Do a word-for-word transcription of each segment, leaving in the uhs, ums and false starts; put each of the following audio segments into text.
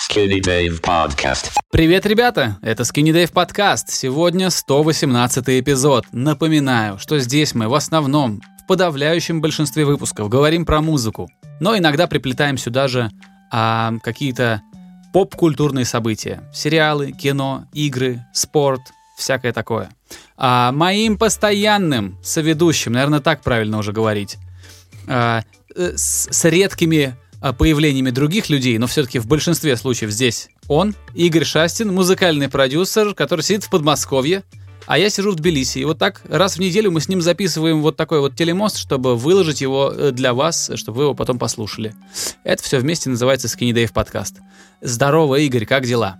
Skinny Dave Podcast. Привет, ребята! Это Skinny Dave Podcast. Сегодня сто восемнадцатый эпизод. Напоминаю, что здесь мы в основном, в подавляющем большинстве выпусков, говорим про музыку, но иногда приплетаем сюда же а, какие-то поп-культурные события. Сериалы, кино, игры, спорт, всякое такое. А моим постоянным соведущим, наверное, так правильно уже говорить, а, с, с редкими появлениями других людей, но все-таки в большинстве случаев здесь он, Игорь Шастин, музыкальный продюсер, который сидит в Подмосковье, а я сижу в Тбилиси. И вот так раз в неделю мы с ним записываем вот такой вот телемост, чтобы выложить его для вас, чтобы вы его потом послушали. Это все вместе называется Skinny Dave Podcast. Здорово, Игорь, как дела?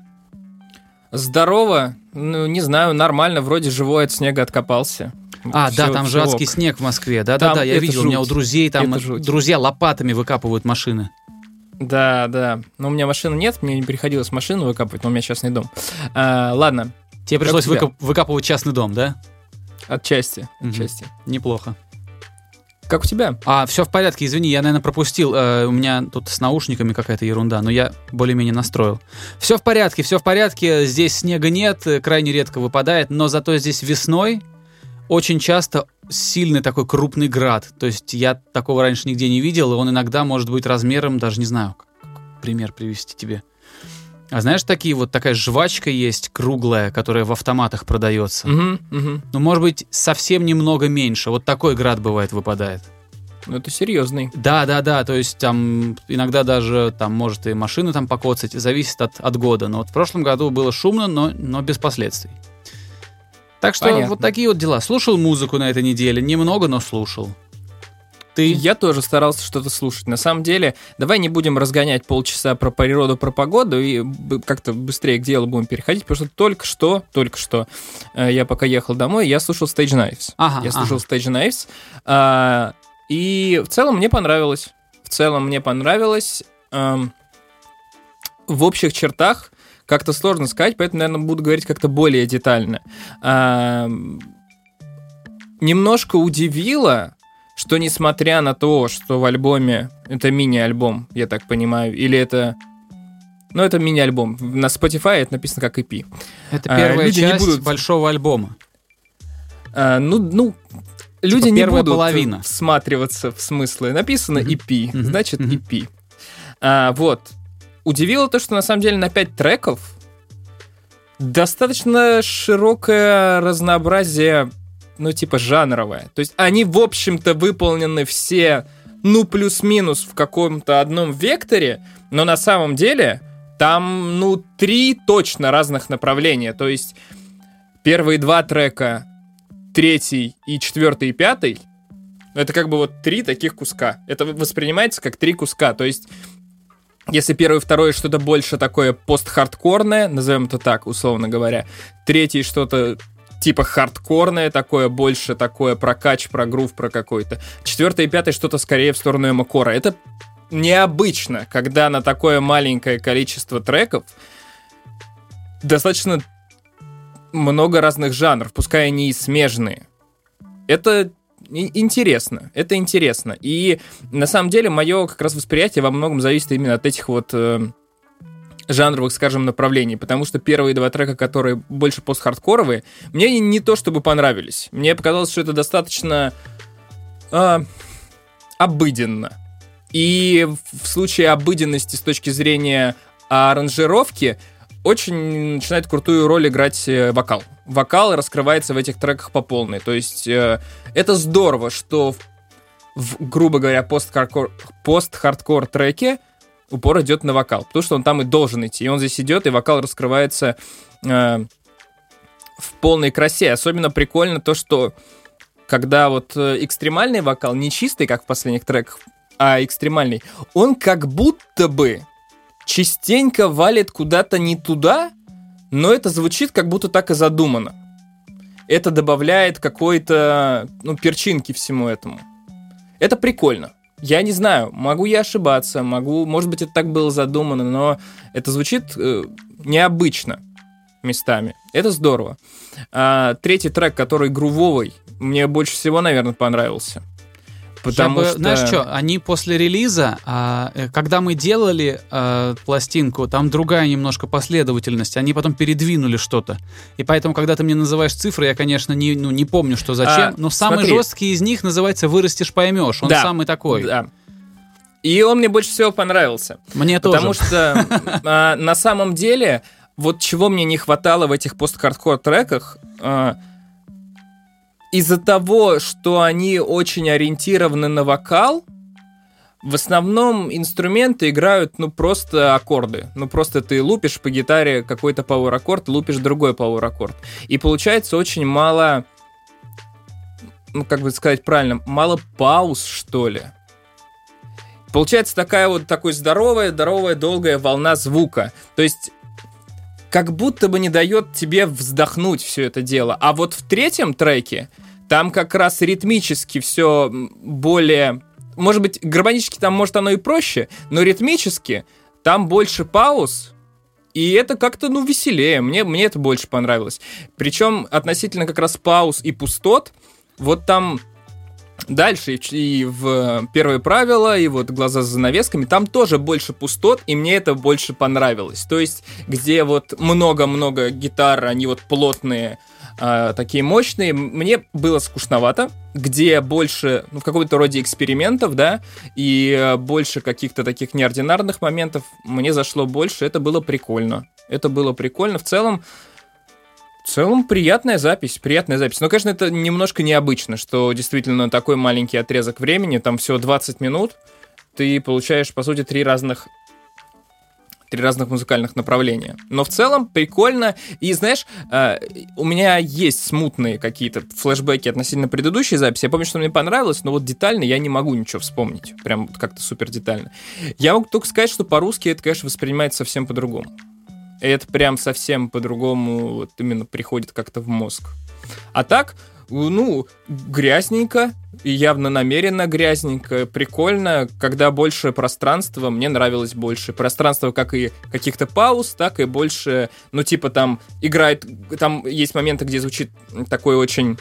Здорово. Ну, не знаю, нормально, вроде живой от снега откопался. А, все, да, там же адский снег в Москве. Да-да-да, я видел, жуть. У меня у друзей там друзья лопатами выкапывают машины. Да, да. Но у меня машины нет, мне не приходилось машину выкапывать, но у меня частный дом. А, ладно. Тебе пришлось выкап- выкапывать частный дом, да? Отчасти, угу. отчасти. Неплохо. Как у тебя? А, все в порядке, извини, я, наверное, пропустил. Э, у меня тут с наушниками какая-то ерунда, но я более-менее настроил. Все в порядке, все в порядке. Здесь снега нет, крайне редко выпадает, но зато здесь весной очень часто сильный такой крупный град. То есть я такого раньше нигде не видел, и он иногда может быть размером, даже не знаю, как пример привести тебе. А знаешь, такие вот такая жвачка есть круглая, которая в автоматах продается. Угу, угу. Ну, может быть, совсем немного меньше. Вот такой град бывает выпадает. Ну, это серьезный. Да, да, да. То есть там иногда даже там может и машину там покоцать, зависит от, от года. Но вот в прошлом году было шумно, но, но без последствий. Так что Понятно. Вот такие вот дела. Слушал музыку на этой неделе. Немного, но слушал. Ты? Я тоже старался что-то слушать. На самом деле, давай не будем разгонять полчаса про природу, про погоду и как-то быстрее к делу будем переходить, потому что только что, только что я пока ехал домой, я слушал Stage Knives. Ага, я слушал ага. Stage Knives, а, и в целом мне понравилось. В целом мне понравилось. А, в общих чертах как-то сложно сказать, поэтому, наверное, буду говорить как-то более детально. А, немножко удивило, что несмотря на то, что в альбоме, это мини-альбом, я так понимаю, или это, ну это мини-альбом, на Spotify это написано как и пи. Это первая а, часть будут... большого альбома. А, ну, ну, люди типа не будут половина. всматриваться в смыслы. Написано mm-hmm. и пи, mm-hmm. значит mm-hmm. и пи. А, вот. Удивило то, что на самом деле на пять треков достаточно широкое разнообразие, ну, типа, жанровое. То есть они, в общем-то, выполнены все, ну, плюс-минус в каком-то одном векторе, но на самом деле там, ну, три точно разных направления. То есть первые два трека, третий и четвертый и пятый, это как бы вот три таких куска. Это воспринимается как три куска. То есть если первый и второй что-то больше такое пост-хардкорное, назовем это так, условно говоря, третий что-то типа хардкорное такое, больше такое про кач, про грув, про какой-то. Четвертый и пятый что-то скорее в сторону эмо-кора. Это необычно, когда на такое маленькое количество треков достаточно много разных жанров, пускай они и смежные. Это интересно, это интересно. И на самом деле мое как раз восприятие во многом зависит именно от этих вот э, жанровых, скажем, направлений, потому что первые два трека, которые больше пост-хардкоровые, мне не то чтобы понравились. Мне показалось, что это достаточно э, обыденно. И в случае обыденности с точки зрения аранжировки очень начинает крутую роль играть вокал. Вокал раскрывается в этих треках по полной. То есть э, это здорово, что в, в, грубо говоря, пост-хардкор, пост-хардкор треке упор идет на вокал, потому что он там и должен идти. И он здесь идет, и вокал раскрывается э, в полной красе. Особенно прикольно то, что когда вот экстремальный вокал, не чистый, как в последних треках, а экстремальный, он как будто бы частенько валит куда-то не туда, но это звучит как будто так и задумано. Это добавляет какой-то, ну, перчинки всему этому. Это прикольно. Я не знаю, могу я ошибаться, могу, может быть, это так было задумано, но это звучит э, необычно местами. Это здорово. А, третий трек, который грувовый, мне больше всего, наверное, понравился. Потому бы, что... Знаешь что, они после релиза, а, когда мы делали а, пластинку, там другая немножко последовательность, они потом передвинули что-то. И поэтому, когда ты мне называешь цифры, я, конечно, не, ну, не помню, что зачем, а, но самый смотри. жесткий из них называется «Вырастешь, поймешь». Он да, самый такой. Да. И он мне больше всего понравился. Мне тоже. Потому тоже. что а, на самом деле, вот чего мне не хватало в этих пост-хардкор треках... А, из-за того, что они очень ориентированы на вокал, в основном инструменты играют, ну, просто аккорды. Ну, просто ты лупишь по гитаре какой-то пауэр-аккорд, лупишь другой пауэр-аккорд. И получается очень мало, ну, как бы сказать правильно, мало пауз, что ли. Получается такая вот, такой здоровая, здоровая, долгая волна звука. То есть... как будто бы не дает тебе вздохнуть все это дело. А вот в третьем треке там как раз ритмически все более... Может быть, гармонически там, может, оно и проще, но ритмически там больше пауз, и это как-то, ну, веселее. Мне, мне это больше понравилось. Причем относительно как раз пауз и пустот, вот там... Дальше и в первое правило, и вот глаза за занавесками, там тоже больше пустот, и мне это больше понравилось. То есть, где вот много-много гитар, они вот плотные, э, такие мощные, мне было скучновато. Где больше, ну, в каком-то роде экспериментов, да, и больше каких-то таких неординарных моментов, мне зашло больше, это было прикольно. Это было прикольно. В целом, В целом, приятная запись, приятная запись. Но, конечно, это немножко необычно, что действительно такой маленький отрезок времени, там всего двадцать минут, ты получаешь, по сути, три разных, три разных музыкальных направления. Но в целом прикольно. И, знаешь, у меня есть смутные какие-то флешбеки относительно предыдущей записи. Я помню, что мне понравилось, но вот детально я не могу ничего вспомнить. Прям как-то супер детально. Я могу только сказать, что по-русски это, конечно, воспринимается совсем по-другому. И это прям совсем по-другому вот именно приходит как-то в мозг. А так, ну, грязненько, и явно намеренно грязненько, прикольно, когда больше пространства, мне нравилось больше. Пространство как и каких-то пауз, так и больше, ну, типа там играет, там есть моменты, где звучит такой очень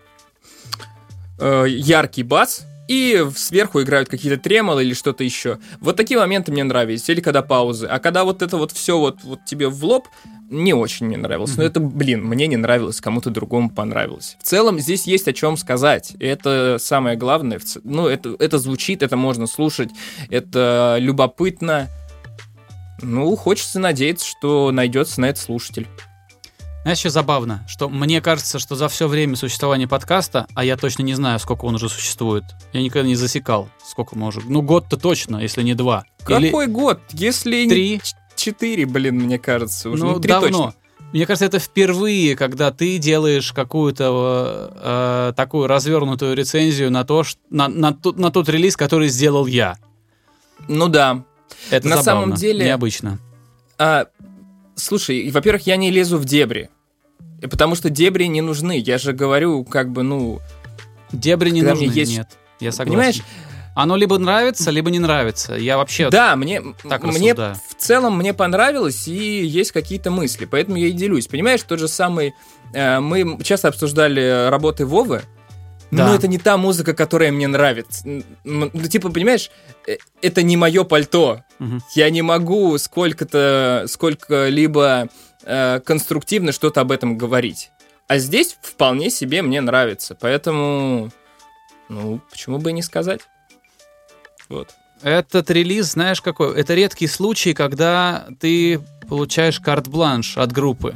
э, яркий бас, и сверху играют какие-то тремолы или что-то еще. Вот такие моменты мне нравились. Или когда паузы. А когда вот это вот все вот, вот тебе в лоб, не очень мне нравилось. Mm-hmm. Но это, блин, мне не нравилось, кому-то другому понравилось. В целом здесь есть о чем сказать. И это самое главное. Ну, это, это звучит, это можно слушать, это любопытно. Ну, хочется надеяться, что найдется на это слушатель. Знаешь, еще забавно, что мне кажется, что за все время существования подкаста, а я точно не знаю, сколько он уже существует, я никогда не засекал, сколько мы уже... Ну, год-то точно, если не два. Какой Или год? Если три? не четыре, блин, мне кажется. Уже. Ну, ну три давно. Точно. Мне кажется, это впервые, когда ты делаешь какую-то э, такую развернутую рецензию на, то, что, на, на, тот, на тот релиз, который сделал я. Ну да. Это на забавно, самом деле, необычно. А, слушай, во-первых, я не лезу в дебри, потому что дебри не нужны. Я же говорю, как бы, ну... Дебри не нужны, есть... нет, я согласен. Понимаешь? Оно либо нравится, либо не нравится. Я вообще да, мне, так мне рассуждаю. В целом мне понравилось, и есть какие-то мысли, поэтому я и делюсь. Понимаешь, тот же самый... Э, мы часто обсуждали работы Вовы, да. Но это не та музыка, которая мне нравится. Ну, типа, понимаешь, это не мое пальто. Угу. Я не могу сколько-то, сколько-либо э, конструктивно что-то об этом говорить. А здесь вполне себе мне нравится. Поэтому, ну, почему бы и не сказать? Вот. Этот релиз, знаешь, какой? Это редкий случай, когда ты получаешь карт-бланш от группы.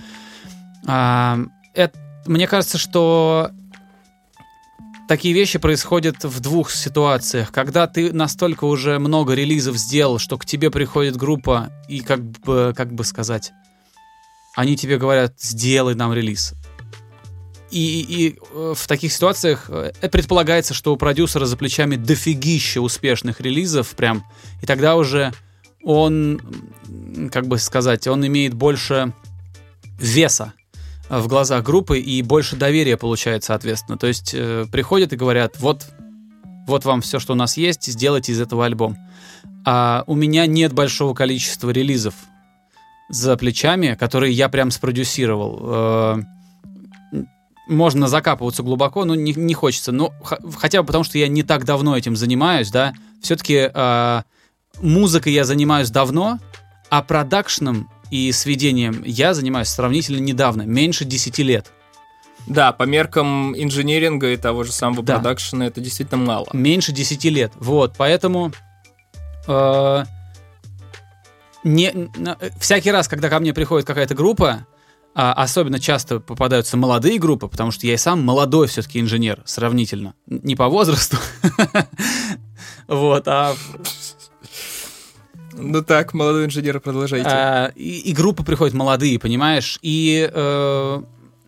А, это, мне кажется, что такие вещи происходят в двух ситуациях. Когда ты настолько уже много релизов сделал, что к тебе приходит группа и как бы, как бы сказать, они тебе говорят, сделай нам релиз. И, и в таких ситуациях предполагается, что у продюсера за плечами дофигища успешных релизов прям, и тогда уже он, как бы сказать, он имеет больше веса в глазах группы и больше доверия получает, соответственно. То есть э, приходят и говорят, вот, вот вам все, что у нас есть, сделайте из этого альбом. А у меня нет большого количества релизов за плечами, которые я прям спродюсировал. Э, можно закапываться глубоко, но не, не хочется. Но х- хотя бы потому, что я не так давно этим занимаюсь, да. Все-таки э, музыкой я занимаюсь давно, а продакшном и сведением я занимаюсь сравнительно недавно, меньше десяти лет. Да, по меркам инжиниринга и того же самого Да. продакшена это действительно мало. Меньше десяти лет. Вот, поэтому э, не, на- всякий раз, когда ко мне приходит какая-то группа, а особенно часто попадаются молодые группы, потому что я и сам молодой все-таки инженер, сравнительно. Не по возрасту. Вот, а... Ну так, молодой инженер, продолжайте. а, И и группы приходят молодые, понимаешь? И э,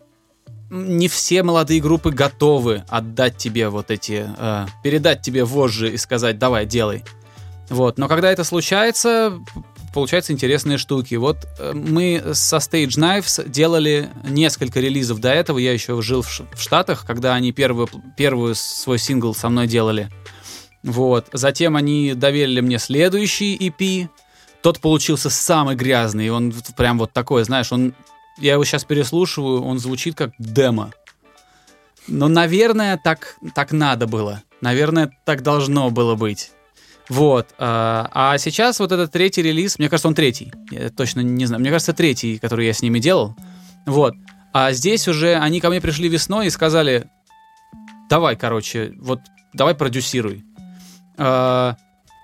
не все молодые группы готовы отдать тебе вот эти... э, передать тебе вожжи и сказать, давай, делай. Вот, но когда это случается... Получаются интересные штуки. Вот э, мы со Stage Knives делали несколько релизов до этого. Я еще жил в, Ш- в Штатах, когда они первую, первую свой сингл со мной делали. Вот. Затем они доверили мне следующий и пи. Тот получился самый грязный. Он прям вот такой, знаешь, он... Я его сейчас переслушиваю, он звучит как демо. Но, наверное, так, так надо было. Наверное, так должно было быть. Вот. А, а сейчас вот этот третий релиз, мне кажется, он третий. Я точно не знаю. Мне кажется, третий, который я с ними делал. Вот. А здесь уже они ко мне пришли весной и сказали, давай, короче, вот давай продюсируй. А,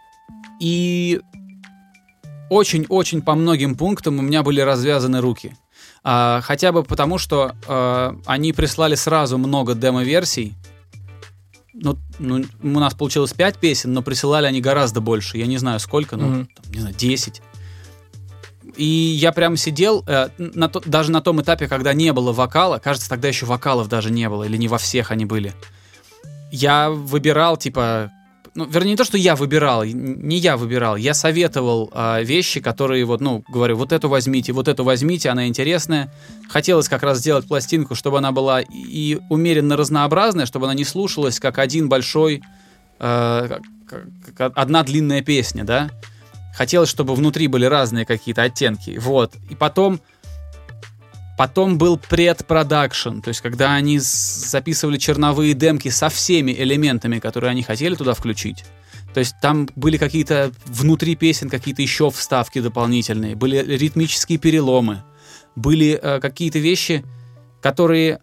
и очень-очень по многим пунктам у меня были развязаны руки. А, хотя бы потому, что а, они прислали сразу много демо-версий. Ну, ну, у нас получилось пять песен, но присылали они гораздо больше. Я не знаю сколько, ну, Мгм. там, не знаю, десять. И я прям сидел, э, на то, даже на том этапе, когда не было вокала, кажется, тогда еще вокалов даже не было, или не во всех они были. Я выбирал, типа... Ну, вернее, не то, что я выбирал, не я выбирал, я советовал э, вещи, которые, вот, ну, говорю, вот эту возьмите, вот эту возьмите, она интересная. Хотелось как раз сделать пластинку, чтобы она была и умеренно разнообразная, чтобы она не слушалась как один большой, э, как, как одна длинная песня, да. Хотелось, чтобы внутри были разные какие-то оттенки, вот. И потом... Потом был предпродакшн, то есть когда они записывали черновые демки со всеми элементами, которые они хотели туда включить. То есть там были какие-то внутри песен какие-то еще вставки дополнительные, были ритмические переломы, были э, какие-то вещи, которые,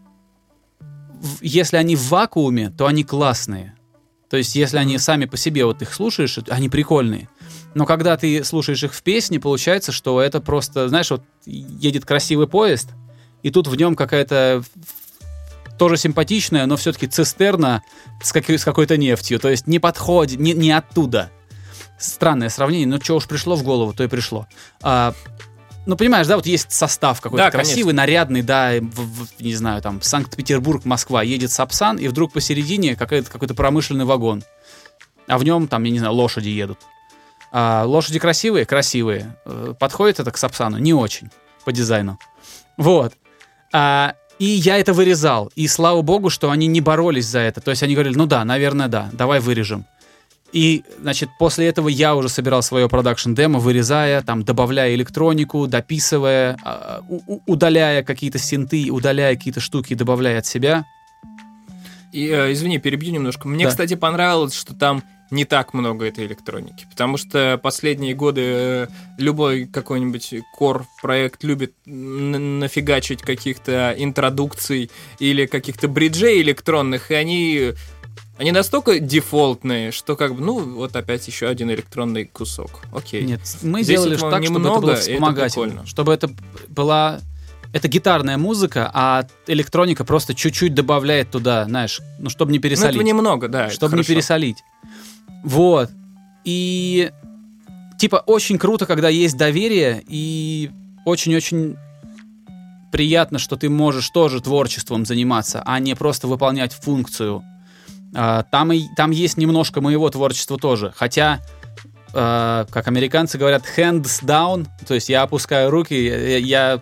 в, если они в вакууме, то они классные. То есть если они сами по себе, вот их слушаешь, они прикольные. Но когда ты слушаешь их в песне, получается, что это просто, знаешь, вот едет красивый поезд, и тут в нем какая-то тоже симпатичная, но все-таки цистерна с, как, с какой-то нефтью. То есть не подходит, не, не оттуда. Странное сравнение, но что уж пришло в голову, то и пришло. А, ну, понимаешь, да, вот есть состав какой-то Да, красивый, конечно. нарядный, да, в, в, не знаю, там, Санкт-Петербург, Москва, едет Сапсан, и вдруг посередине какой-то, какой-то промышленный вагон. А в нем, там, я не знаю, лошади едут. А лошади красивые? Красивые. Подходит это к Сапсану? Не очень, по дизайну. Вот. А, и я это вырезал. И слава богу, что они не боролись за это. То есть они говорили, ну да, наверное, да, давай вырежем. И, значит, после этого я уже собирал свое продакшн-демо, вырезая, там, добавляя электронику, дописывая, у- удаляя какие-то синты, удаляя какие-то штуки, добавляя от себя. И, э, извини, перебью немножко. Мне, Да. кстати, понравилось, что там не так много этой электроники, потому что последние годы э, любой какой-нибудь кор-проект любит н- нафигачить каких-то интродукций или каких-то бриджей электронных, и они, они настолько дефолтные, что как бы, ну, вот опять еще один электронный кусок. Окей. Нет, мы Здесь сделали этого так, чтобы это немного, было и это вспомогательно. прикольно. Чтобы это была... Это гитарная музыка, а электроника просто чуть-чуть добавляет туда, знаешь, ну, чтобы не Ну, пересолить. этого немного, да. это чтобы не хорошо. пересолить. Вот. И типа очень круто, когда есть доверие, и очень-очень приятно, что ты можешь тоже творчеством заниматься, а не просто выполнять функцию. А, там, и, там есть немножко моего творчества тоже. Хотя, а, как американцы говорят, hands down, то есть я опускаю руки, я, я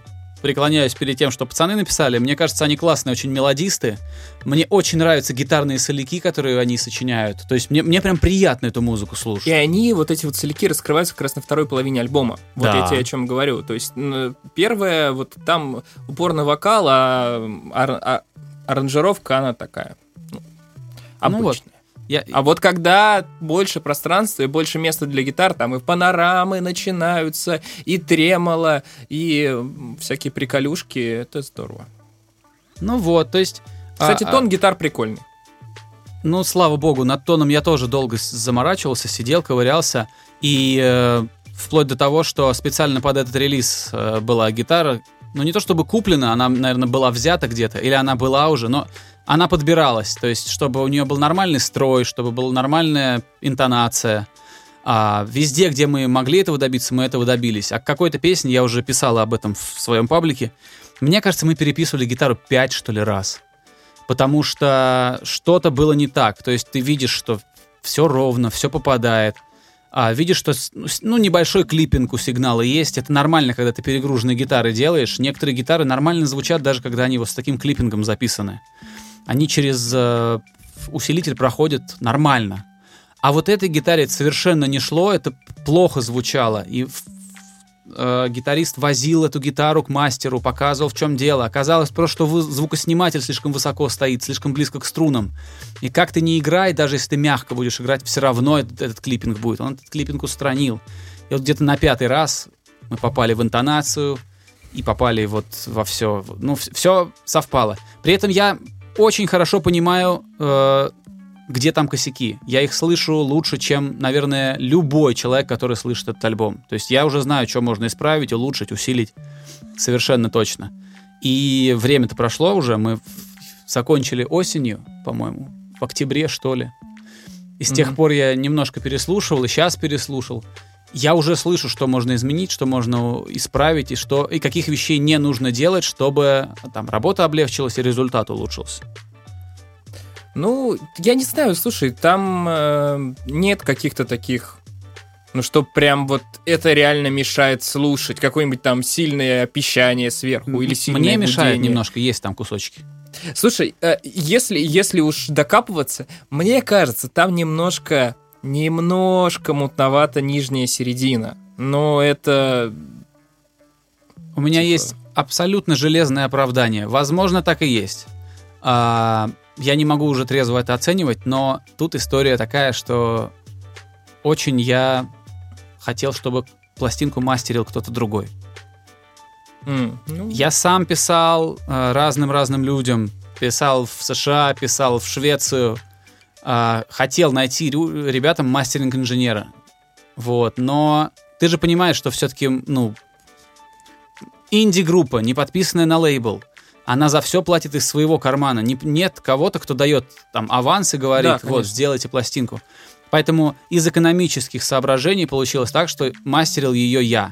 преклоняюсь перед тем, что пацаны написали. Мне кажется, они классные, очень мелодисты. Мне очень нравятся гитарные соляки, которые они сочиняют. То есть мне, мне прям приятно эту музыку слушать. И они, вот эти вот соляки, раскрываются как раз на второй половине альбома. Вот Да. я тебе о чем говорю. То есть первое, вот там упор на вокал, а, ар- а аранжировка, она такая, ну, обычная. Ну вот. Я... А вот когда больше пространства и больше места для гитар, там и панорамы начинаются, и тремоло, и всякие приколюшки, это здорово. Ну вот, то есть... Кстати, а, тон гитар прикольный. Ну, слава богу, над тоном я тоже долго заморачивался, сидел, ковырялся, и э, вплоть до того, что специально под этот релиз э, была гитара, ну, не то чтобы куплена, она, наверное, была взята где-то, или она была уже, но она подбиралась, то есть, чтобы у нее был нормальный строй, чтобы была нормальная интонация. А везде, где мы могли этого добиться, мы этого добились. А к какой-то песне, я уже писал об этом в своем паблике, мне кажется, мы переписывали гитару пять, что ли, раз. Потому что что-то было не так. То есть ты видишь, что все ровно, все попадает. А видишь, что ну, небольшой клиппинг у сигнала есть. Это нормально, когда ты перегруженные гитары делаешь. Некоторые гитары нормально звучат, даже когда они вот с таким клиппингом записаны. Они через э, усилитель проходят нормально. А вот этой гитаре это совершенно не шло, это плохо звучало. И э, гитарист возил эту гитару к мастеру, показывал, в чем дело. Оказалось просто, что вы, звукосниматель слишком высоко стоит, слишком близко к струнам. И как ты не играй, даже если ты мягко будешь играть, все равно этот, этот клиппинг будет. Он этот клиппинг устранил. И вот где-то на пятый раз мы попали в интонацию и попали вот во все. Ну, все совпало. При этом я очень хорошо понимаю, э, где там косяки. Я их слышу лучше, чем, наверное, любой человек, который слышит этот альбом. То есть я уже знаю, что можно исправить, улучшить, усилить. Совершенно точно. И время-то прошло уже. Мы закончили осенью, по-моему, в октябре, что ли. И с mm-hmm. тех пор я немножко переслушивал, и сейчас переслушал. Я уже слышу, что можно изменить, что можно исправить, и, что, и каких вещей не нужно делать, чтобы там работа облегчилась и результат улучшился. Ну, я не знаю, слушай, там э, нет каких-то таких, ну, что прям вот это реально мешает слушать, какое-нибудь там сильное пищание сверху или сильное Мне гудение. мешает немножко, есть там кусочки. Слушай, э, если, если уж докапываться, мне кажется, там немножко... Немножко мутновата нижняя середина, но это... У меня типа... есть абсолютно железное оправдание. Возможно, так и есть. А, я не могу уже трезво это оценивать, но тут история такая, что очень я хотел, чтобы пластинку мастерил кто-то другой. Mm, ну... Я сам писал э, разным-разным людям. Писал в США, писал в Швецию. Uh, хотел найти рю- ребятам мастеринг-инженера. Вот. Но ты же понимаешь, что все-таки, ну, инди-группа, не подписанная на лейбл, она за все платит из своего кармана. Не, нет кого-то, кто дает там аванс и говорит, да, вот, сделайте пластинку. Поэтому из экономических соображений получилось так, что мастерил ее я.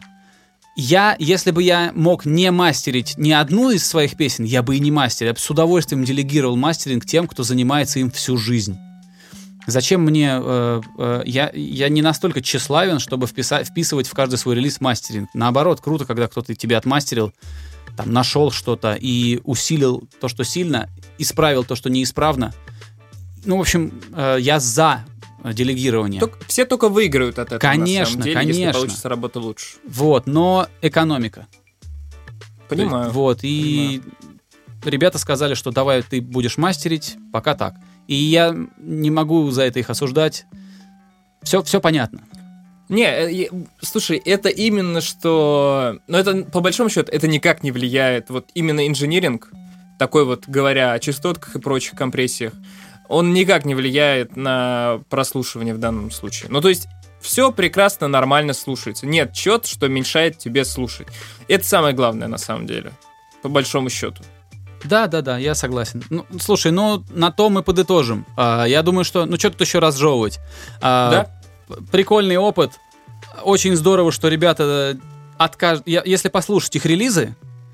Я, если бы я мог не мастерить ни одну из своих песен, я бы и не мастерил. Я бы с удовольствием делегировал мастеринг тем, кто занимается им всю жизнь. Зачем мне... Э, э, я, я не настолько тщеславен, чтобы вписать, вписывать в каждый свой релиз мастеринг. Наоборот, круто, когда кто-то тебя отмастерил, там, нашел что-то и усилил то, что сильно, исправил то, что неисправно. Ну, в общем, э, я за делегирование. Только, все только выиграют от этого, конечно, на самом деле, конечно. если получится работа лучше. Вот, но экономика. Понимаю. Есть, вот, и Понимаю. Ребята сказали, что давай ты будешь мастерить, пока так. И я не могу за это их осуждать. Все, все понятно. Не, слушай, это именно что... Ну, это, по большому счету, это никак не влияет. Вот именно инжиниринг, такой вот, говоря о частотках и прочих компрессиях, он никак не влияет на прослушивание в данном случае. Ну, то есть, все прекрасно, нормально слушается. Нет чего-то, что мешает тебе слушать. Это самое главное, на самом деле, по большому счету. Да, да, да, я согласен. Ну, слушай, ну, на то мы подытожим. А, я думаю, что... Ну, что тут еще разжевывать? А, да? Прикольный опыт. Очень здорово, что ребята... Откаж... Я, если послушать их релизы,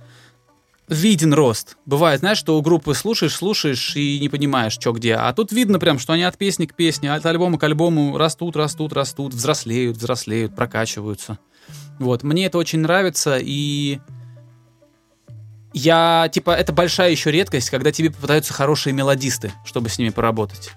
виден рост. Бывает, знаешь, что у группы слушаешь, слушаешь и не понимаешь, что где. А тут видно прям, что они от песни к песне, от альбома к альбому растут, растут, растут, взрослеют, взрослеют, прокачиваются. Вот. Мне это очень нравится, и... я, типа, это большая еще редкость, когда тебе попадаются хорошие мелодисты, чтобы с ними поработать.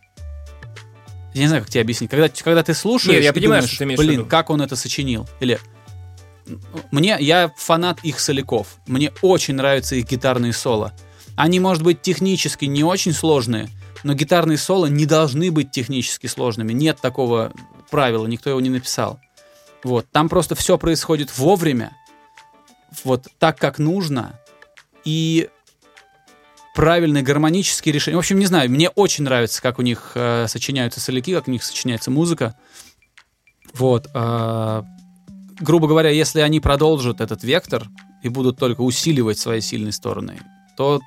Я не знаю, как тебе объяснить. Когда, когда ты слушаешь, Нет, я и понимаю, думаешь, что ты имеешь в блин, виду. как он это сочинил. Или мне, я фанат их соляков. Мне очень нравятся их гитарные соло. Они, может быть, технически не очень сложные, но гитарные соло не должны быть технически сложными. Нет такого правила, никто его не написал. Вот. Там просто все происходит вовремя, вот так, как нужно, и правильные гармонические решения. В общем, не знаю, мне очень нравится, как у них э, сочиняются соляки, как у них сочиняется музыка. Вот. Э, грубо говоря, если они продолжат этот вектор и будут только усиливать свои сильные стороны, то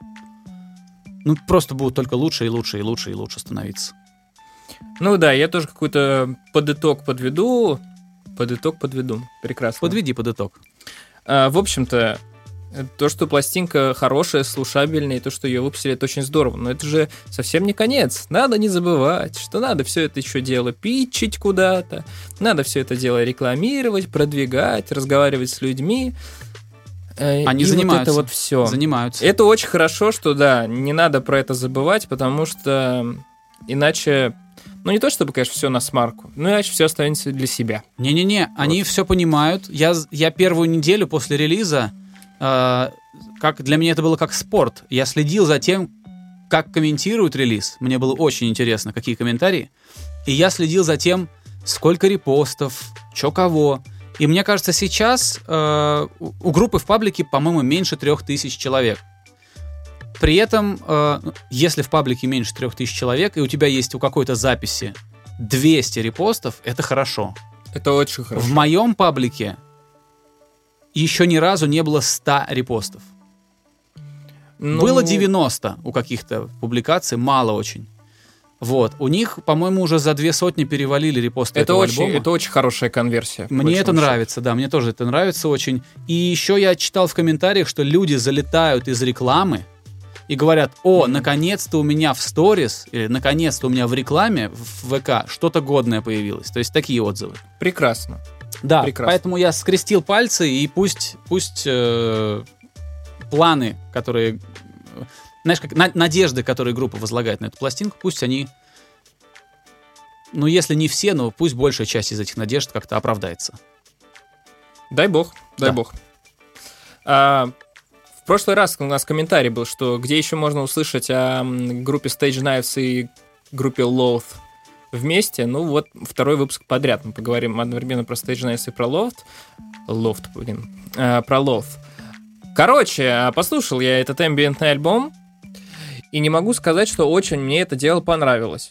ну, просто будут только лучше и лучше и лучше и лучше становиться. Ну да, я тоже какой-то подыток подведу. Подыток подведу. Прекрасно. Подведи под итог. А, в общем-то, то, что пластинка хорошая, слушабельная, и то, что ее выпустили, это очень здорово. Но это же совсем не конец. Надо не забывать, что надо все это еще дело питчить куда-то. Надо все это дело рекламировать, продвигать, разговаривать с людьми. Они и занимаются. Вот это вот все. Занимаются. Это очень хорошо, что да, не надо про это забывать, потому что иначе... Ну, не то чтобы, конечно, все на смарку, но иначе все останется для себя. Не-не-не, вот. Они все понимают. Я, я первую неделю после релиза, э, как для меня это было как спорт. Я следил за тем, как комментируют релиз. Мне было очень интересно, какие комментарии. И я следил за тем, сколько репостов, чё кого. И мне кажется, сейчас э, у группы в паблике, по-моему, меньше трех тысяч человек. При этом, э, если в паблике меньше трех тысяч человек, и у тебя есть у какой-то записи двести репостов, это хорошо. Это очень хорошо. В моем паблике еще ни разу не было ста репостов. Ну... Было девяносто у каких-то публикаций, мало очень. Вот. У них, по-моему, уже за две сотни перевалили репосты это этого очень, альбома. Это очень хорошая конверсия. Мне это нравится, да, мне тоже это нравится очень. И еще я читал в комментариях, что люди залетают из рекламы и говорят: о, mm-hmm. наконец-то у меня в сторис, или наконец-то у меня в рекламе в ВК что-то годное появилось. То есть такие отзывы. Прекрасно. Да, Прекрасно. Поэтому я скрестил пальцы, и пусть, пусть э, планы, которые... Знаешь, как на, надежды, которые группа возлагает на эту пластинку, пусть они... Ну, если не все, но пусть большая часть из этих надежд как-то оправдается. Дай бог, дай да. бог. А... В прошлый раз у нас комментарий был, что где еще можно услышать о группе Stage Knives и группе Loath вместе. Ну вот, второй выпуск подряд мы поговорим одновременно про Stage Knives и про Loath. Loath, блин. А, про Loath. Короче, послушал я этот эмбиентный альбом, и не могу сказать, что очень мне это дело понравилось.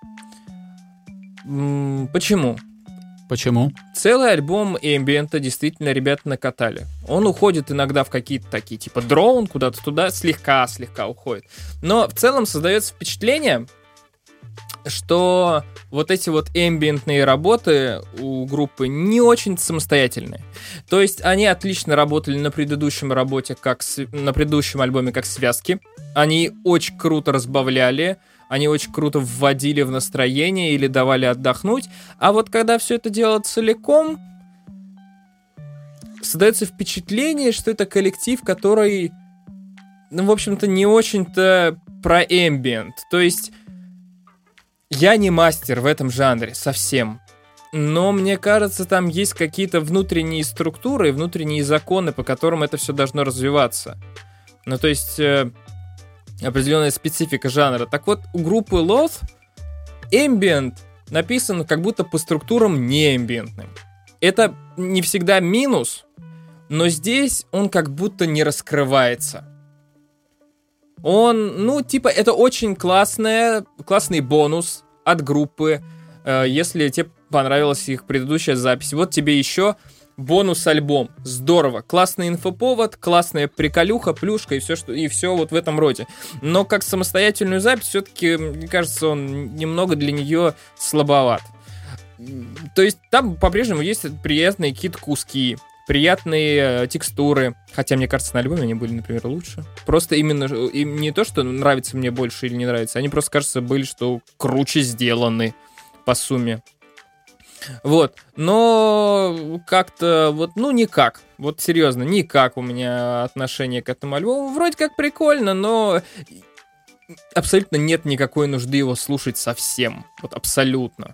М-м, почему? Почему? Целый альбом эмбиента действительно ребята накатали. Он уходит иногда в какие-то такие, типа дроун, куда-то туда, слегка-слегка уходит. Но в целом создается впечатление, что вот эти вот эмбиентные работы у группы не очень самостоятельные. То есть они отлично работали на предыдущем работе, как с... на предыдущем альбоме как связки. Они очень круто разбавляли, они очень круто вводили в настроение или давали отдохнуть. А вот когда все это дело целиком, создается впечатление, что это коллектив, который, ну, в общем-то, не очень-то про эмбиент. То есть я не мастер в этом жанре совсем. Но мне кажется, там есть какие-то внутренние структуры, внутренние законы, по которым это все должно развиваться. Ну, то есть... определенная специфика жанра. Так вот, у группы Loath ambient написан как будто по структурам не эмбиентным. Это не всегда минус, но здесь он как будто не раскрывается. Он, ну, типа, это очень классная, классный бонус от группы, э, если тебе понравилась их предыдущая запись. Вот тебе еще бонус-альбом. Здорово. Классный инфоповод, классная приколюха, плюшка и все, что, и все вот в этом роде. Но как самостоятельную запись, все-таки, мне кажется, он немного для нее слабоват. То есть там по-прежнему есть приятные какие-то куски, приятные э, текстуры. Хотя, мне кажется, на альбоме они были, например, лучше. Просто именно им не то, что нравится мне больше или не нравится, они просто, кажется, были, что круче сделаны по сумме. Вот, но как-то вот, ну никак, вот серьезно, никак у меня отношение к этому альбому. Вроде как прикольно, но абсолютно нет никакой нужды его слушать совсем, вот абсолютно.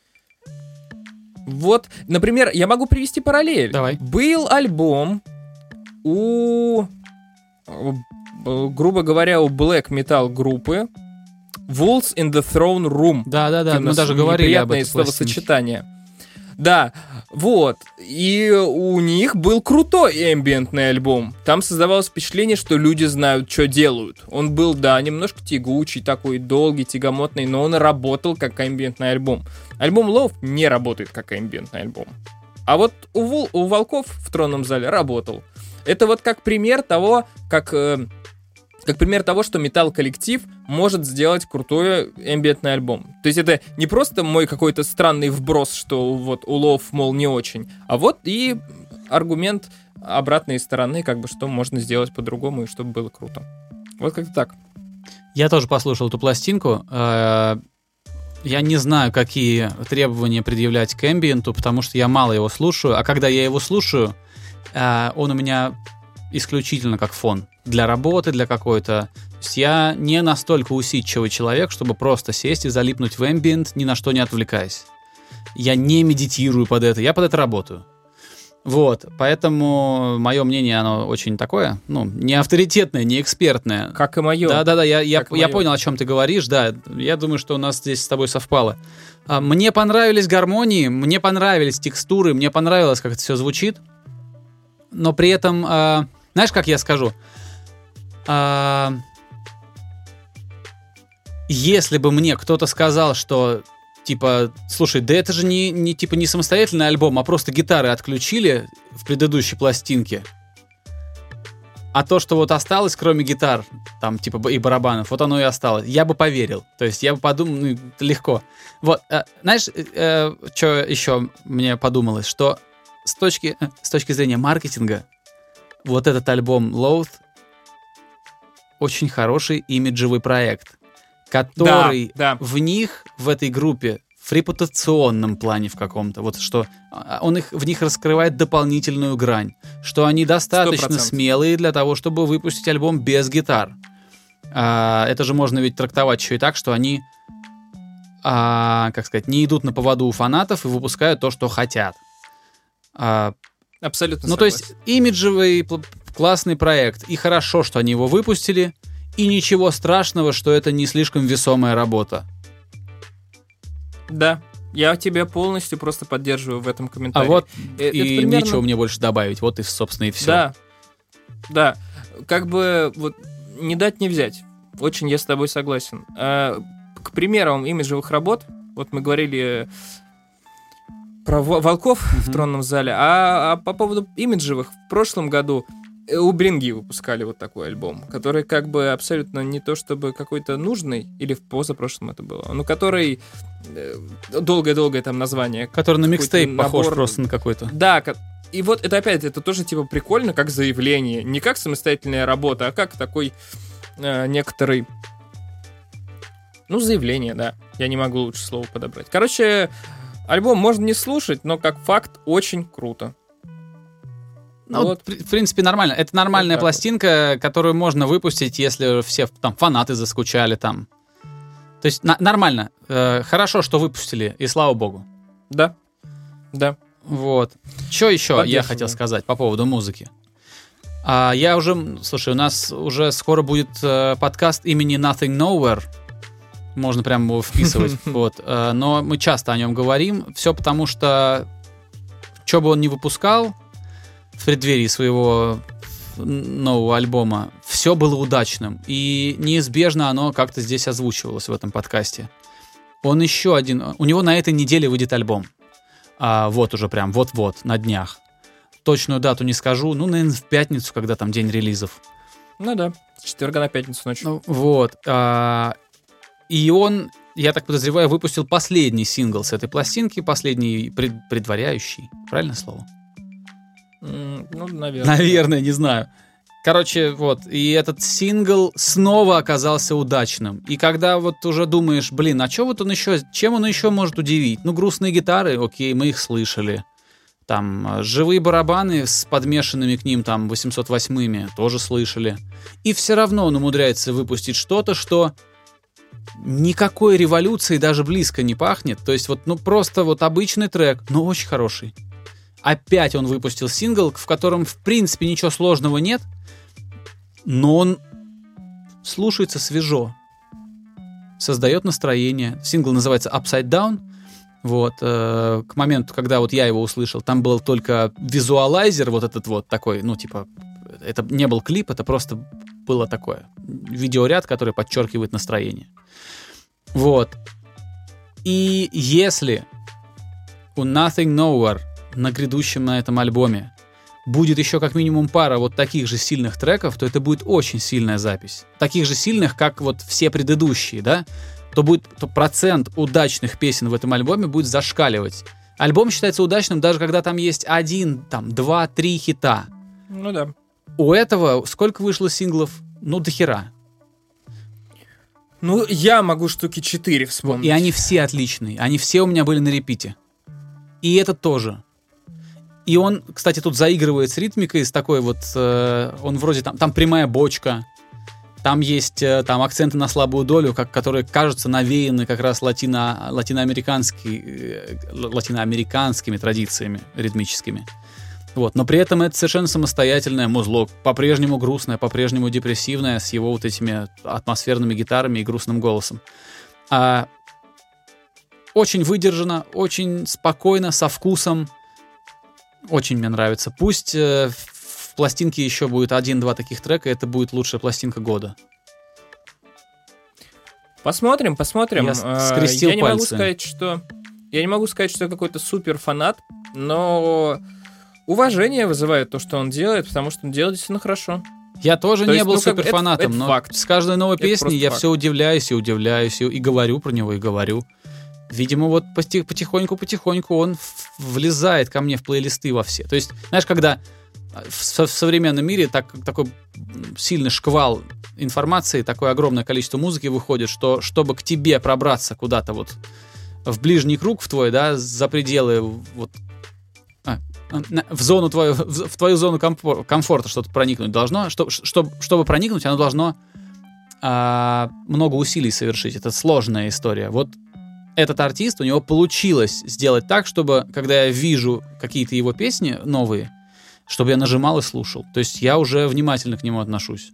Вот, например, я могу привести параллель. Давай. Был альбом у, грубо говоря, у black metal группы Wolves in the Throne Room. Да-да-да, мы даже говорили об этом. Словосочетание. Да, вот. И у них был крутой эмбиентный альбом. Там создавалось впечатление, что люди знают, что делают. Он был, да, немножко тягучий, такой долгий, тягомотный, но он работал как эмбиентный альбом. Альбом Loaf не работает как эмбиентный альбом. А вот у, Вол- у Волков в Тронном зале работал. Это вот как пример того, как... Э, Как пример того, что металл-коллектив может сделать крутой эмбиентный альбом. То есть это не просто мой какой-то странный вброс, что вот у Лов, мол, не очень, а вот и аргумент обратной стороны, как бы, что можно сделать по-другому и чтобы было круто. Вот как-то так. Я тоже послушал эту пластинку. Я не знаю, какие требования предъявлять к эмбиенту, потому что я мало его слушаю, а когда я его слушаю, он у меня исключительно как фон. Для работы, для какой-то... То есть я не настолько усидчивый человек, чтобы просто сесть и залипнуть в эмбиент, ни на что не отвлекаясь. Я не медитирую под это, я под это работаю. Вот, поэтому мое мнение, оно очень такое, ну, не авторитетное, не экспертное. Как и мое. Да-да-да, я, я, я мое. понял, о чем ты говоришь, да, я думаю, что у нас здесь с тобой совпало. Мне понравились гармонии, мне понравились текстуры, мне понравилось, как это все звучит, но при этом, знаешь, как я скажу, А, если бы мне кто-то сказал, что типа, слушай, да это же не, не, типа, не самостоятельный альбом, а просто гитары отключили в предыдущей пластинке, а то, что вот осталось, кроме гитар, там, типа, и барабанов, вот оно и осталось, я бы поверил. То есть я бы подумал, ну, легко. Вот, э, знаешь, э, что еще мне подумалось, что с точки, э, с точки зрения маркетинга вот этот альбом Loath очень хороший имиджевый проект, который да, да. в них, в этой группе, в репутационном плане в каком-то, вот что он их, в них раскрывает дополнительную грань, что они достаточно сто процентов смелые для того, чтобы выпустить альбом без гитар. А, это же можно ведь трактовать еще и так, что они, а, как сказать, не идут на поводу у фанатов и выпускают то, что хотят. А, Абсолютно ну, согласен. то есть имиджевый классный проект, и хорошо, что они его выпустили, и ничего страшного, что это не слишком весомая работа. Да, я тебя полностью просто поддерживаю в этом комментарии. А вот э- и примерно... нечего мне больше добавить, вот и, собственно, и все. Да, да, как бы вот не дать не взять. Очень я с тобой согласен. А, к примерам имиджевых работ, вот мы говорили про Волков mm-hmm. в Тронном зале, а, а по поводу имиджевых, в прошлом году у Бринги выпускали вот такой альбом, который как бы абсолютно не то чтобы какой-то нужный, или в позапрошлом это было, но который долгое-долгое там название. Который на микстейп набор... похож просто на какой-то. Да, и вот это опять, это тоже типа прикольно, как заявление, не как самостоятельная работа, а как такой э, некоторый, ну, заявление, да, я не могу лучше слово подобрать. Короче, альбом можно не слушать, но как факт очень круто. Ну, вот. В принципе, нормально. Это нормальная вот пластинка, вот. Которую можно выпустить, если все там фанаты заскучали там. То есть на- нормально. Э, хорошо, что выпустили, и слава богу. Да, да. Вот. Что еще я хотел сказать по поводу музыки? А, я уже... Слушай, у нас уже скоро будет э, подкаст имени Nothing Nowhere. Можно прям его вписывать. Вот. Э, но мы часто о нем говорим. Все потому, что что бы он ни выпускал в преддверии своего нового альбома, все было удачным. И неизбежно оно как-то здесь озвучивалось в этом подкасте. Он еще один... У него на этой неделе выйдет альбом. А, вот уже прям, вот-вот, на днях. Точную дату не скажу. Ну, наверное, в пятницу, когда там день релизов. Ну да, с четверга на пятницу ночью. Ну, вот. А, и он, я так подозреваю, выпустил последний сингл с этой пластинки, последний пред, предваряющий. Правильное слово? Ну, наверное. Наверное, не знаю. Короче, вот, и этот сингл снова оказался удачным. И когда вот уже думаешь, блин, а что вот он еще, чем он еще может удивить? Ну, грустные гитары, окей, мы их слышали. Там живые барабаны с подмешанными к ним там восемьсот восьмыми тоже слышали. И все равно он умудряется выпустить что-то, что никакой революции даже близко не пахнет. То есть вот, ну, просто вот обычный трек, но очень хороший. Опять он выпустил сингл, в котором, в принципе, ничего сложного нет, но он слушается свежо, создает настроение. Сингл называется Upside Down. Вот, э, к моменту, когда вот я его услышал, там был только визуалайзер, вот этот вот такой, ну, типа, это не был клип, это просто было такое видеоряд, который подчеркивает настроение. Вот. И если у Nothing Nowhere на грядущем на этом альбоме будет еще как минимум пара вот таких же сильных треков, то это будет очень сильная запись. Таких же сильных, как вот все предыдущие, да? То будет то процент удачных песен в этом альбоме будет зашкаливать. Альбом считается удачным даже когда там есть один, там, два, три хита. Ну да. У этого сколько вышло синглов? Ну, до хера. Ну, я могу штуки четыре вспомнить. И они все отличные. Они все у меня были на репите. И этот тоже. И он, кстати, тут заигрывает с ритмикой, с такой вот... Э, он вроде там... Там прямая бочка. Там есть э, там акценты на слабую долю, как, которые, кажутся, навеяны как раз латино, латиноамериканский, э, латиноамериканскими традициями ритмическими. Вот. Но при этом это совершенно самостоятельное музло. По-прежнему грустное, по-прежнему депрессивное, с его вот этими атмосферными гитарами и грустным голосом. А, очень выдержано, очень спокойно, со вкусом. Очень мне нравится. Пусть э, в пластинке еще будет один-два таких трека, это будет лучшая пластинка года. Посмотрим, посмотрим. Я скрестил я не пальцы. могу сказать, что я не могу сказать, что я какой-то супер фанат, но уважение вызывает то, что он делает, потому что он делает действительно хорошо. Я тоже То не есть, был ну, как бы, суперфанатом, это- это но факт. с каждой новой Это песней просто я факт. все удивляюсь и удивляюсь, и, и говорю про него, и говорю. Видимо, вот пости- потихоньку-потихоньку он в- влезает ко мне в плейлисты во все. То есть, знаешь, когда в, со- в современном мире так, такой сильный шквал информации, такое огромное количество музыки выходит, что чтобы к тебе пробраться куда-то вот в ближний круг в твой, да, за пределы вот а, на- в зону твою, в, в твою зону комфор- комфорта что-то проникнуть должно, что, чтобы, чтобы проникнуть, оно должно а, много усилий совершить. Это сложная история. Вот этот артист, у него получилось сделать так, чтобы, когда я вижу какие-то его песни новые, чтобы я нажимал и слушал. То есть я уже внимательно к нему отношусь.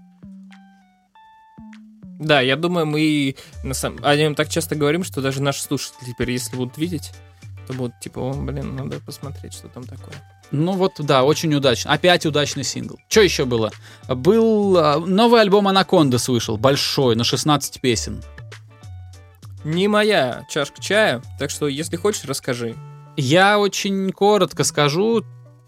Да, я думаю, мы на самом... о нем так часто говорим, что даже наши слушатели теперь, если будут видеть, то будут типа, о, блин, надо посмотреть, что там такое. Ну вот, да, очень удачно. Опять удачный сингл. Что еще было? Был а, новый альбом Анакондас вышел, большой, на шестнадцать песен. Не моя чашка чая, так что, если хочешь, расскажи. Я очень коротко скажу.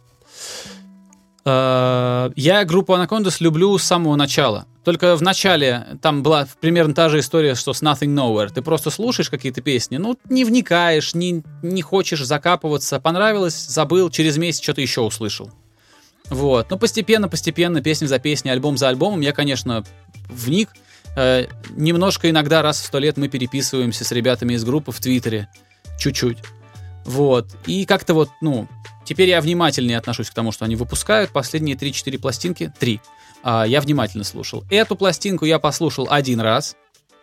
Э, Я группу Анакондас люблю с самого начала. Только в начале там была примерно та же история, что с Nothing Nowhere. Ты просто слушаешь какие-то песни, ну, не вникаешь, не, не хочешь закапываться. Понравилось, забыл, через месяц что-то еще услышал. Вот. Но постепенно-постепенно, песня за песней, альбом за альбомом, я, конечно, вник. Э, немножко иногда раз в сто лет мы переписываемся с ребятами из группы в Твиттере. Чуть-чуть. Вот. И как-то вот, ну, теперь я внимательнее отношусь к тому, что они выпускают. Последние три-четыре пластинки, три, а, я внимательно слушал. Эту пластинку я послушал один раз.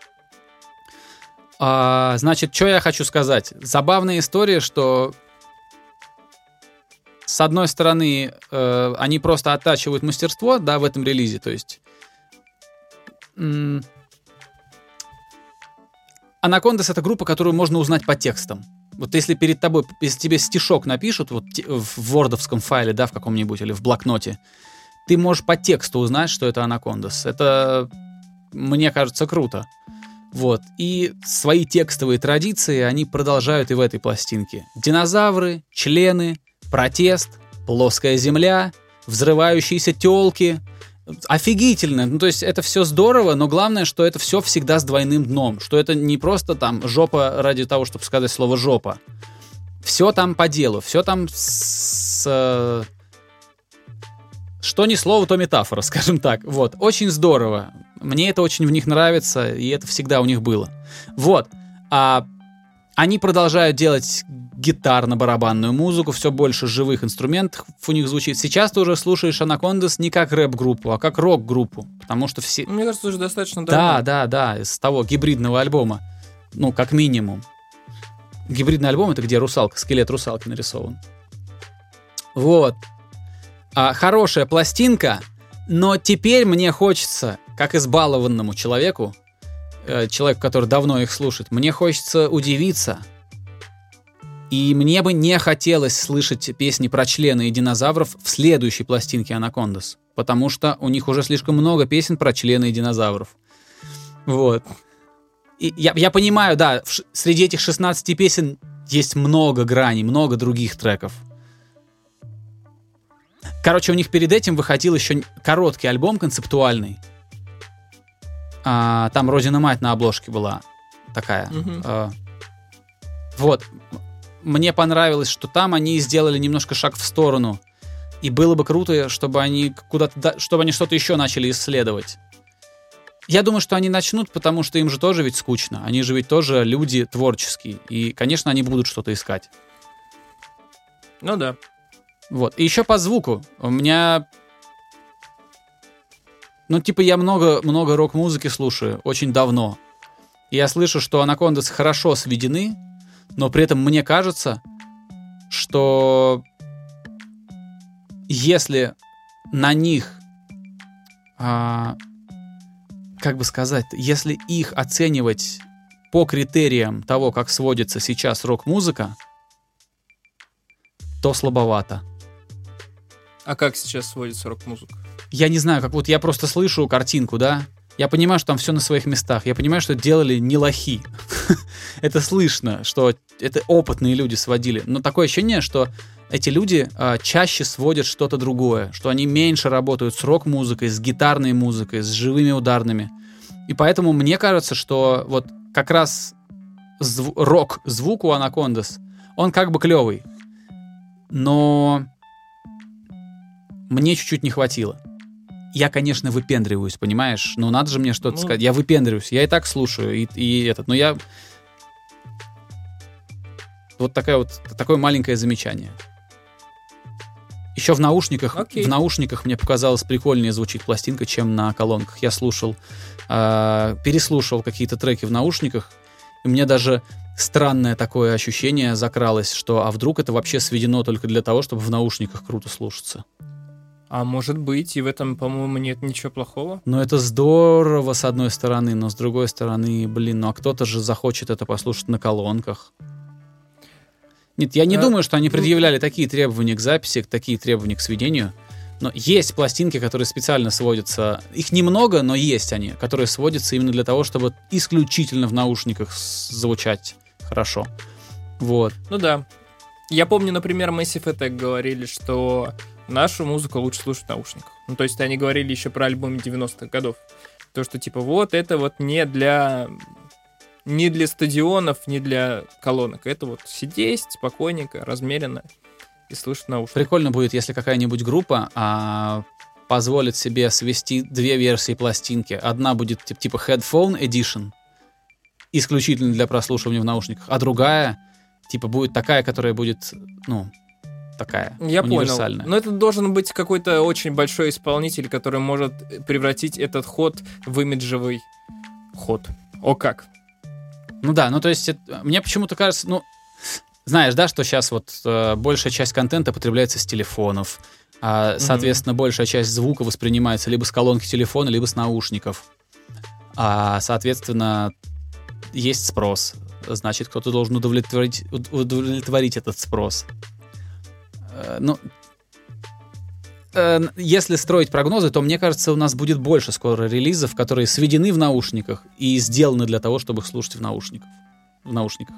А, значит, что я хочу сказать? Забавная история, что с одной стороны, э, они просто оттачивают мастерство, да, в этом релизе, то есть м- Анакондас — это группа, которую можно узнать по текстам. Вот если перед тобой, если тебе стишок напишут вот те- в вордовском файле, да, в каком-нибудь, или в блокноте, ты можешь по тексту узнать, что это Анакондас. Это, мне кажется, круто. Вот. И свои текстовые традиции они продолжают и в этой пластинке. Динозавры, члены, протест, плоская земля, взрывающиеся тёлки. Офигительно. Ну, то есть это все здорово, но главное, что это все всегда с двойным дном. Что это не просто там жопа ради того, чтобы сказать слово жопа. Все там по делу. Все там с, Что ни слово, то метафора, скажем так. Вот, очень здорово. Мне это очень в них нравится, и это всегда у них было. Вот. А они продолжают делать гитарно-барабанную музыку, все больше живых инструментов у них звучит. Сейчас ты уже слушаешь Анакондас не как рэп-группу, а как рок-группу, потому что все... Мне кажется, уже достаточно давно. Да, да, да, из того гибридного альбома. Ну, как минимум. Гибридный альбом — это где русалка, скелет русалки нарисован. Вот. А, хорошая пластинка, но теперь мне хочется, как избалованному человеку, э, человеку, который давно их слушает, мне хочется удивиться. И мне бы не хотелось слышать песни про члены и динозавров в следующей пластинке Анакондас, потому что у них уже слишком много песен про члены и динозавров. Вот. И я, я понимаю, да, в, среди этих шестнадцати песен есть много граней, много других треков. Короче, у них перед этим выходил еще короткий альбом концептуальный. А, там «Родина-мать» на обложке была такая. Mm-hmm. А, вот. Мне понравилось, что там они сделали немножко шаг в сторону. И было бы круто, чтобы они куда-то, чтобы они что-то еще начали исследовать. Я думаю, что они начнут, потому что им же тоже ведь скучно. Они же ведь тоже люди творческие. И, конечно, они будут что-то искать. Ну да. Вот. И еще по звуку. У меня... Ну, типа, я много, много рок-музыки слушаю очень давно. И я слышу, что Анакондас хорошо сведены, но при этом мне кажется, что если на них... А... Как бы сказать, если их оценивать по критериям того, как сводится сейчас рок-музыка, то слабовато. А как сейчас сводится рок-музыка? Я не знаю, как вот я просто слышу картинку, да? Я понимаю, что там все на своих местах. Я понимаю, что это делали не лохи. Это слышно, что это опытные люди сводили. Но такое ощущение, что эти люди а, чаще сводят что-то другое, что они меньше работают с рок-музыкой, с гитарной музыкой, с живыми ударными. И поэтому мне кажется, что вот как раз зв- рок-звук у Анакондас, он как бы клевый. Но мне чуть-чуть не хватило. Я, конечно, выпендриваюсь, понимаешь? Но надо же мне что-то ну... сказать. Я выпендриваюсь, я и так слушаю, и, и этот. Но я... Вот, такая вот такое маленькое замечание. Еще в наушниках, okay. в наушниках мне показалось прикольнее звучит пластинка, чем на колонках. Я слушал, э, переслушал какие-то треки в наушниках, и мне даже странное такое ощущение закралось, что а вдруг это вообще сведено только для того, чтобы в наушниках круто слушаться. А может быть, и в этом, по-моему, нет ничего плохого. Ну, это здорово, с одной стороны, но с другой стороны, блин, ну а кто-то же захочет это послушать на колонках. Нет, я не а, думаю, что они предъявляли ну, такие требования к записи, такие требования к сведению. Но есть пластинки, которые специально сводятся. Их немного, но есть они, которые сводятся именно для того, чтобы исключительно в наушниках звучать хорошо. Вот. Ну да. Я помню, например, Massive Attack говорили, что нашу музыку лучше слушать в наушниках. Ну, то есть они говорили еще про альбомы девяностых годов. То, что типа вот это вот не для... Не для стадионов, не для колонок. Это вот сидеть спокойненько, размеренно и слушать наушники. Прикольно будет, если какая-нибудь группа а, позволит себе свести две версии пластинки. Одна будет тип, типа Headphone Edition, исключительно для прослушивания в наушниках, а другая типа будет такая, которая будет, ну, такая, я универсальная. Понял. Но это должен быть какой-то очень большой исполнитель, который может превратить этот ход в имиджевый ход. О как! Ну да, ну то есть это, мне почему-то кажется, ну, знаешь, да, что сейчас вот э, большая часть контента потребляется с телефонов, э, соответственно, mm-hmm. большая часть звука воспринимается либо с колонки телефона, либо с наушников. А, соответственно, есть спрос, значит, кто-то должен удовлетворить, удовлетворить этот спрос. Э, ну, э, если строить прогнозы, то, мне кажется, у нас будет больше скоро релизов, которые сведены в наушниках и сделаны для того, чтобы их слушать в наушниках. В наушниках.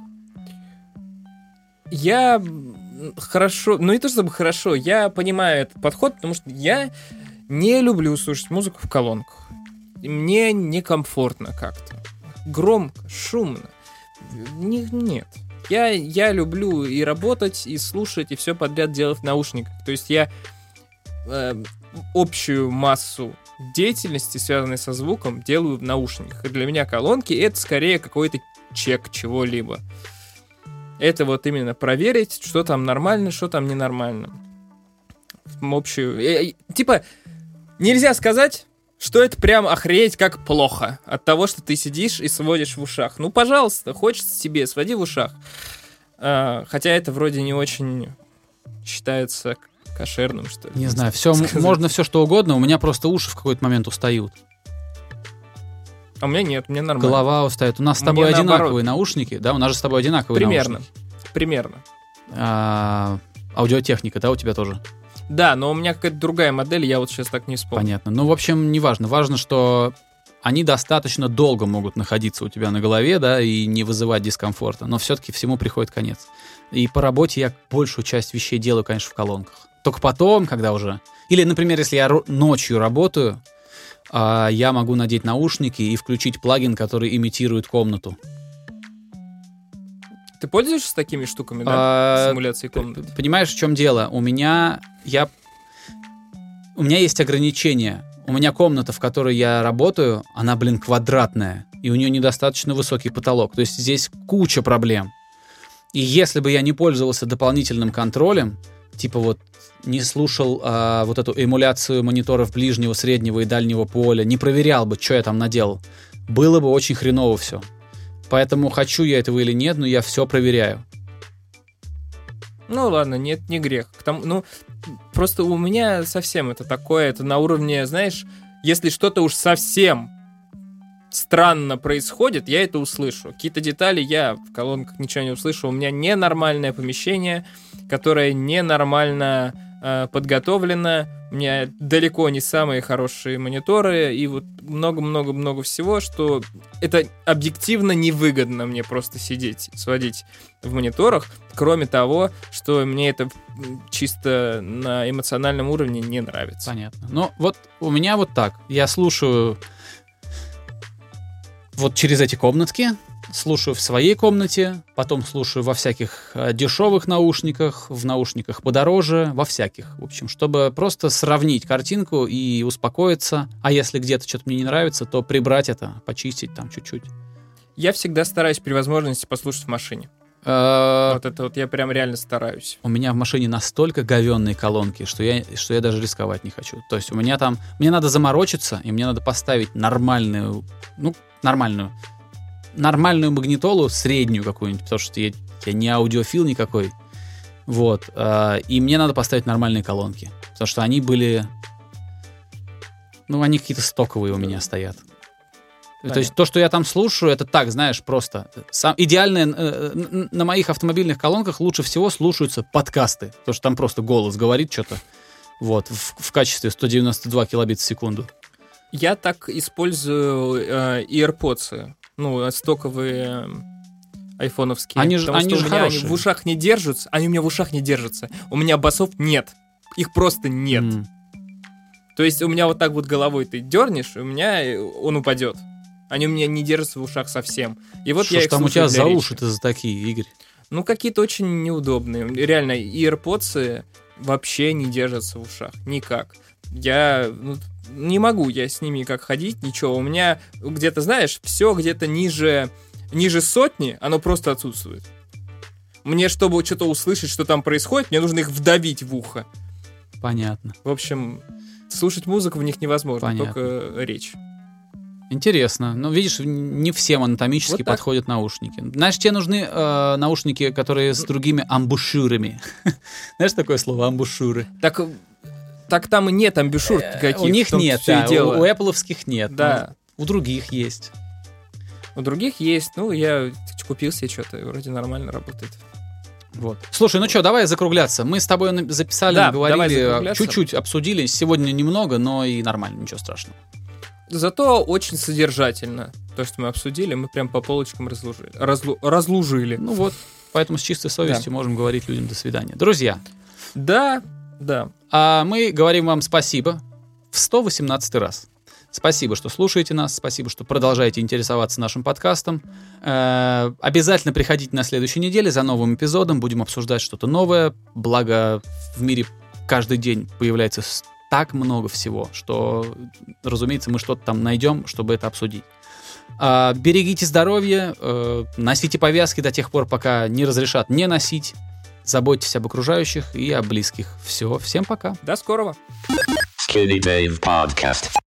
Я хорошо, ну не то чтобы хорошо, я понимаю этот подход, потому что я не люблю слушать музыку в колонках. Мне некомфортно как-то. Громко, шумно. Не, нет. Я, я люблю и работать, и слушать, и все подряд делать в наушниках. То есть я э, общую массу деятельности, связанной со звуком, делаю в наушниках. И для меня колонки — это скорее какой-то чек чего-либо. Это вот именно проверить, что там нормально, что там ненормально. В общую... э, э, типа, нельзя сказать, что это прям охренеть как плохо от того, что ты сидишь и сводишь в ушах. Ну, пожалуйста, хочется тебе, своди в ушах. А, хотя это вроде не очень считается кошерным, что ли. Не знаю, все, можно все что угодно, у меня просто уши в какой-то момент устают. А у меня нет, мне нормально. Голова устает. У нас с тобой Мне одинаковые наоборот. наушники, да? У нас же с тобой одинаковые Примерно. наушники. Примерно. А, аудиотехника, да, у тебя тоже? Да, но у меня какая-то другая модель, я вот сейчас так не вспомню. Понятно. Ну, в общем, не важно. Важно, что они достаточно долго могут находиться у тебя на голове, да, и не вызывать дискомфорта. Но все-таки всему приходит конец. И по работе я большую часть вещей делаю, конечно, в колонках. Только потом, когда уже... Или, например, если я ро- ночью работаю, а, я могу надеть наушники и включить плагин, который имитирует комнату. Ты пользуешься такими штуками, да? А, Симуляцией комнаты? Понимаешь, в чем дело? У меня... Я... У меня есть ограничения. У меня комната, в которой я работаю, она, блин, квадратная. И у нее недостаточно высокий потолок. То есть здесь куча проблем. И если бы я не пользовался дополнительным контролем, типа вот не слушал а, вот эту эмуляцию мониторов ближнего, среднего и дальнего поля, не проверял бы, что я там наделал, было бы очень хреново все. Поэтому хочу я этого или нет, но я все проверяю. Ну ладно, нет, не грех. К тому, ну, просто у меня совсем это такое, это на уровне, знаешь, если что-то уж совсем странно происходит, я это услышу. Какие-то детали я в колонках ничего не услышу. У меня ненормальное помещение, которое ненормально э, подготовлено. У меня далеко не самые хорошие мониторы и вот много-много-много всего, что это объективно невыгодно мне просто сидеть, сводить в мониторах, кроме того, что мне это чисто на эмоциональном уровне не нравится. Понятно. Ну, вот у меня вот так. Я слушаю вот через эти комнатки, слушаю в своей комнате, потом слушаю во всяких э, дешевых наушниках, в наушниках подороже, во всяких, в общем, чтобы просто сравнить картинку и успокоиться. А если где-то что-то мне не нравится, то прибрать это, почистить там чуть-чуть. Я всегда стараюсь при возможности послушать в машине. Э, Вот это вот я прям реально стараюсь. У меня в машине настолько говенные колонки, что я, что я даже рисковать не хочу. То есть у меня там... Мне надо заморочиться, и мне надо поставить нормальную... Ну, нормальную... Нормальную магнитолу, среднюю какую-нибудь, потому что я, я не аудиофил никакой. Вот. Э, и мне надо поставить нормальные колонки. Потому что они были... Ну, они какие-то стоковые у меня стоят. Понятно. То есть то, что я там слушаю, это так, знаешь, просто. Сам, идеальное, э, на моих автомобильных колонках лучше всего слушаются подкасты, потому что там просто голос говорит что-то. Вот, в, в качестве сто девяносто два килобита в секунду. Я так использую э, AirPods, ну, стоковые айфоновские. Они же, потому они что же у меня хорошие. они в ушах не держатся, они у меня в ушах не держатся. У меня басов нет. Их просто нет. М. То есть у меня вот так вот головой ты дернешь, и у меня он упадет. Они у меня не держатся в ушах совсем. И вот Что я ж их там у слушаю тебя для за речи. уши-то за такие, Игорь? Ну, какие-то очень неудобные. Реально, AirPods вообще не держатся в ушах. Никак. Я ну, не могу я с ними как ходить, ничего. У меня где-то, знаешь, все где-то ниже, ниже сотни, оно просто отсутствует. Мне, чтобы что-то услышать, что там происходит, мне нужно их вдавить в ухо. Понятно. В общем, слушать музыку в них невозможно, Понятно. только речь. Интересно. Ну, видишь, не всем анатомически Вот так. подходят наушники. Знаешь, тебе нужны э, наушники, которые с другими амбушюрами. Знаешь такое слово амбушюры? Так, так там и нет амбушюр каких. У них в том нет, всё и да, дело. у, у Apple'овских нет. Да. У других есть. У других есть. Ну, я купил себе что-то, и вроде нормально работает. Вот. Слушай, ну что, давай закругляться. Мы с тобой на- записали, Да, давай говорили, закругляться. чуть-чуть обсудили. Сегодня немного, но и нормально, ничего страшного. Зато очень содержательно. То, что мы обсудили, мы прям по полочкам разложили, разлу- разложили. Ну вот, поэтому с чистой совестью можем говорить людям до свидания. Друзья, Да, да. а мы говорим вам спасибо в сто восемнадцатый раз. Спасибо, что слушаете нас, спасибо, что продолжаете интересоваться нашим подкастом. Э, обязательно приходите на следующей неделе за новым эпизодом, будем обсуждать что-то новое, благо в мире каждый день появляется так много всего, что, разумеется, мы что-то там найдем, чтобы это обсудить. А, берегите здоровье, э, носите повязки до тех пор, пока не разрешат не носить. Заботьтесь об окружающих и о близких. Все, всем пока. До скорого. Skinny Dave Podcast.